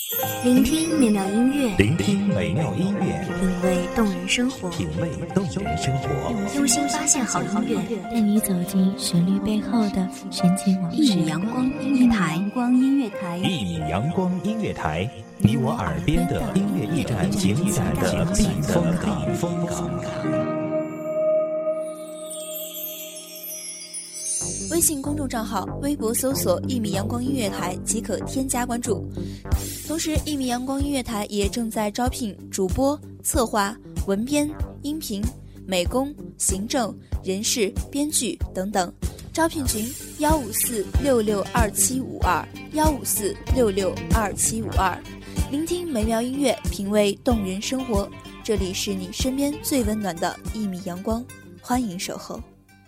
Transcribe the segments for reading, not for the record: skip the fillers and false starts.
聆听美妙音乐， 聆听美妙音乐， 品味动人生活， 品味动人生活， 用心发现好音乐， 带你走进旋律背后的深情往事。 一米阳光音乐台， 一米阳光音乐台，你我耳边的音乐驿站，情感的避风港。 微信公众账号、微博搜索“一米阳光音乐台”即可添加关注。同时，一米阳光音乐台也正在招聘主播、策划、文编、音频、美工、行政、人事、编剧等等。招聘群154662752，154662752。聆听美妙音乐，品味动人生活。这里是你身边最温暖的一米阳光，欢迎守候。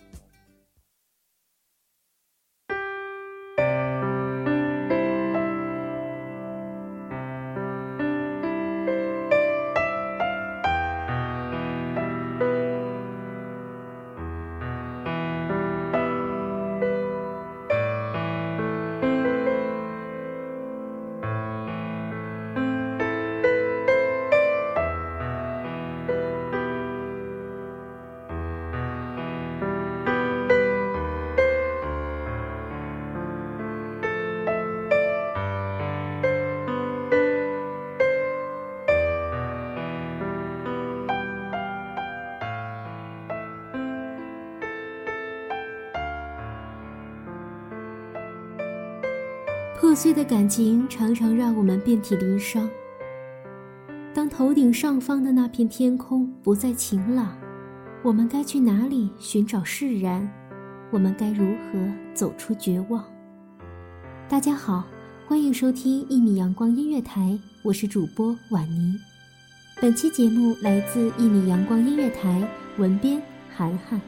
破碎的感情常常让我们遍体鳞伤。当头顶上方的那片天空不再晴朗，我们该去哪里寻找释然？我们该如何走出绝望？大家好，欢迎收听一米阳光音乐台，我是主播婉妮。本期节目来自一米阳光音乐台，文编涵涵。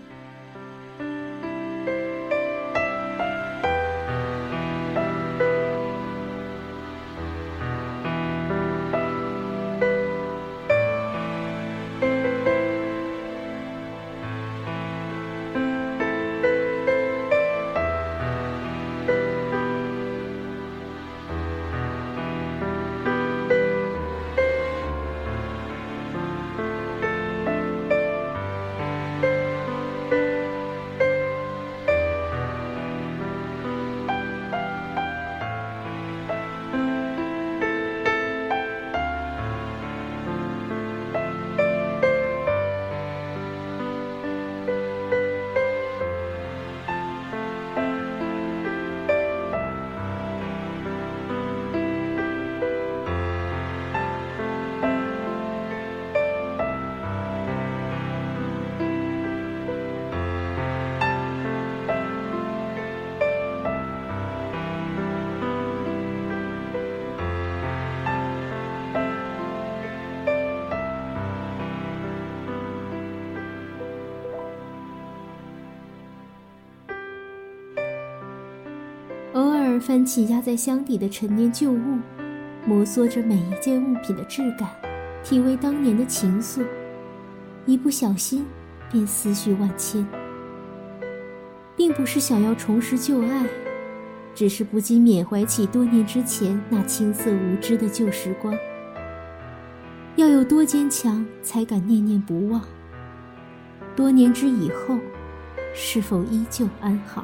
偶尔翻起压在箱底的陈年旧物，摩挲着每一件物品的质感，体味当年的情愫，一不小心便思绪万千。并不是想要重拾旧爱，只是不禁缅怀起多年之前那青涩无知的旧时光。要有多坚强才敢念念不忘？多年之以后，是否依旧安好？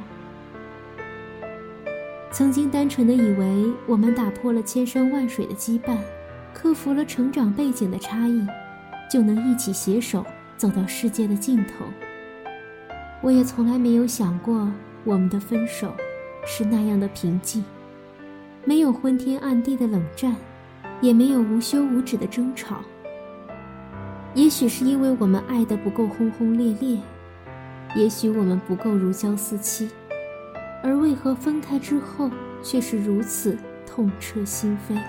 曾经单纯的以为我们打破了千山万水的羁绊，克服了成长背景的差异，就能一起携手走到世界的尽头。我也从来没有想过我们的分手是那样的平静，没有昏天暗地的冷战，也没有无休无止的争吵。也许是因为我们爱得不够轰轰烈烈，也许我们不够如胶似漆，而为何分开之后却是如此痛彻心扉？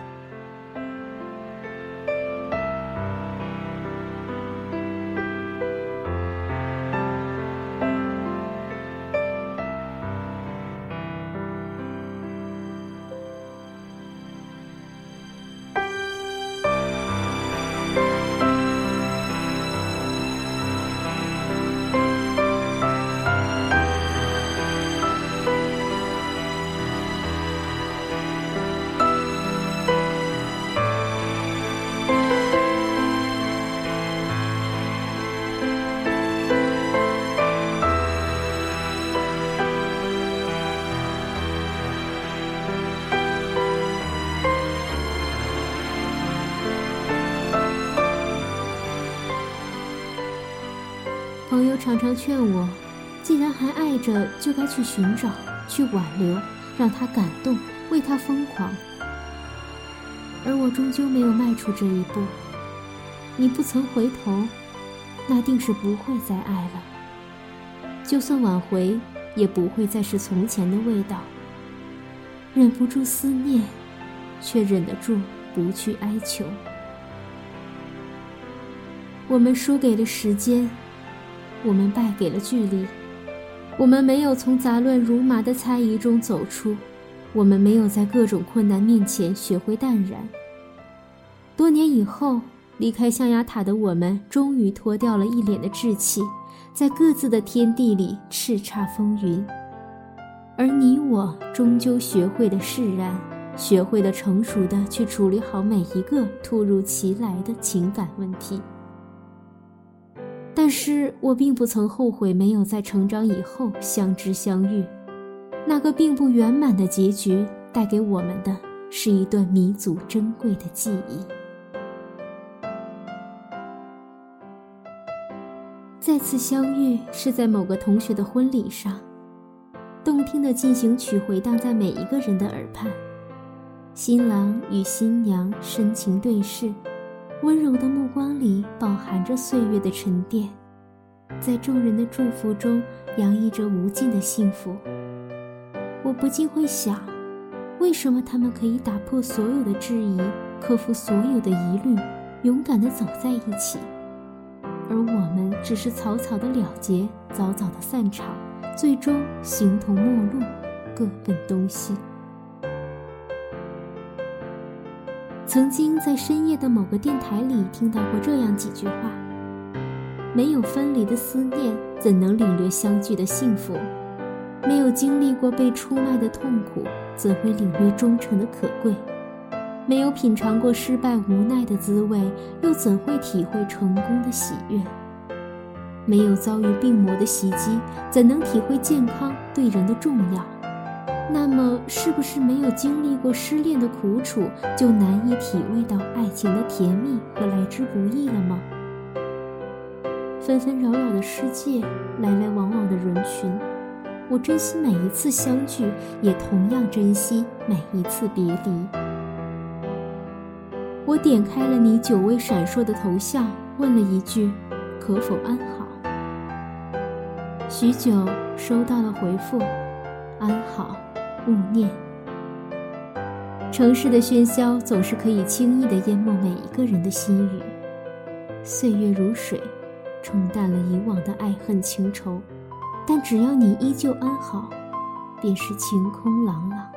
朋友常常劝我，既然还爱着，就该去寻找，去挽留，让他感动，为他疯狂。而我终究没有迈出这一步。你不曾回头，那定是不会再爱了。就算挽回，也不会再是从前的味道。忍不住思念，却忍得住不去哀求。我们输给了时间，我们败给了距离，我们没有从杂乱如麻的猜疑中走出，我们没有在各种困难面前学会淡然。多年以后，离开象牙塔的我们终于脱掉了一脸的稚气，在各自的天地里叱咤风云。而你我终究学会了释然，学会了成熟的去处理好每一个突如其来的情感问题。但是我并不曾后悔没有在成长以后相知相遇，那个并不圆满的结局带给我们的是一段弥足珍贵的记忆。再次相遇是在某个同学的婚礼上，动听的进行曲回荡在每一个人的耳畔，新郎与新娘深情对视，温柔的目光里饱含着岁月的沉淀，在众人的祝福中洋溢着无尽的幸福。我不禁会想，为什么他们可以打破所有的质疑，克服所有的疑虑，勇敢地走在一起，而我们只是草草的了结，早早的散场，最终形同陌路，各奔东西。曾经在深夜的某个电台里听到过这样几句话：没有分离的思念，怎能领略相聚的幸福？没有经历过被出卖的痛苦，怎会领略忠诚的可贵？没有品尝过失败无奈的滋味，又怎会体会成功的喜悦？没有遭遇病魔的袭击，怎能体会健康对人的重要？那么是不是没有经历过失恋的苦楚，就难以体味到爱情的甜蜜和来之不易了吗？纷纷扰扰的世界，来来往往的人群，我珍惜每一次相聚，也同样珍惜每一次别离。我点开了你久未闪烁的头像，问了一句：可否安好？许久收到了回复：安好，勿念。城市的喧嚣总是可以轻易地淹没每一个人的心语，岁月如水，冲淡了以往的爱恨情仇，但只要你依旧安好，便是晴空朗朗。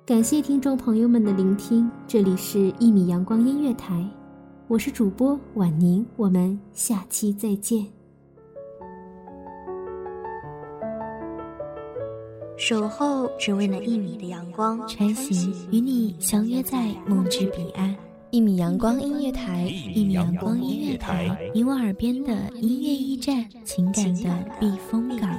感谢听众朋友们的聆听，这里是1米阳光音乐台，我是主播婉宁，我们下期再见。 守候只为那1米的阳光， 穿行与你相约在梦之彼岸。1米阳光音乐台，1米阳光音乐台，你我耳边的音乐驿站，情感的避风港。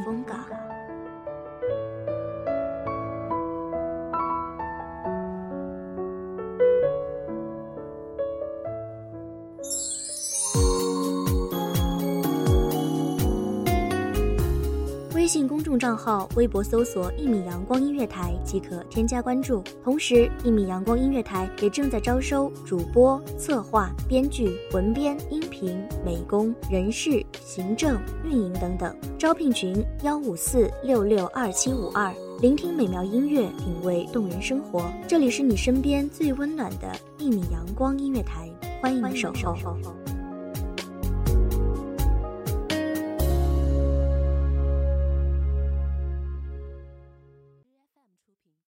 微信公众账号、微博搜索1米阳光音乐台即可添加关注。同时，1米阳光音乐台也正在招收主播、策划、编剧、文编、音频、美工、人事、行政、运营等等。招聘群154662752。聆听美妙音乐，品味动人生活。这里是你身边最温暖的1米阳光音乐台，欢迎你守候。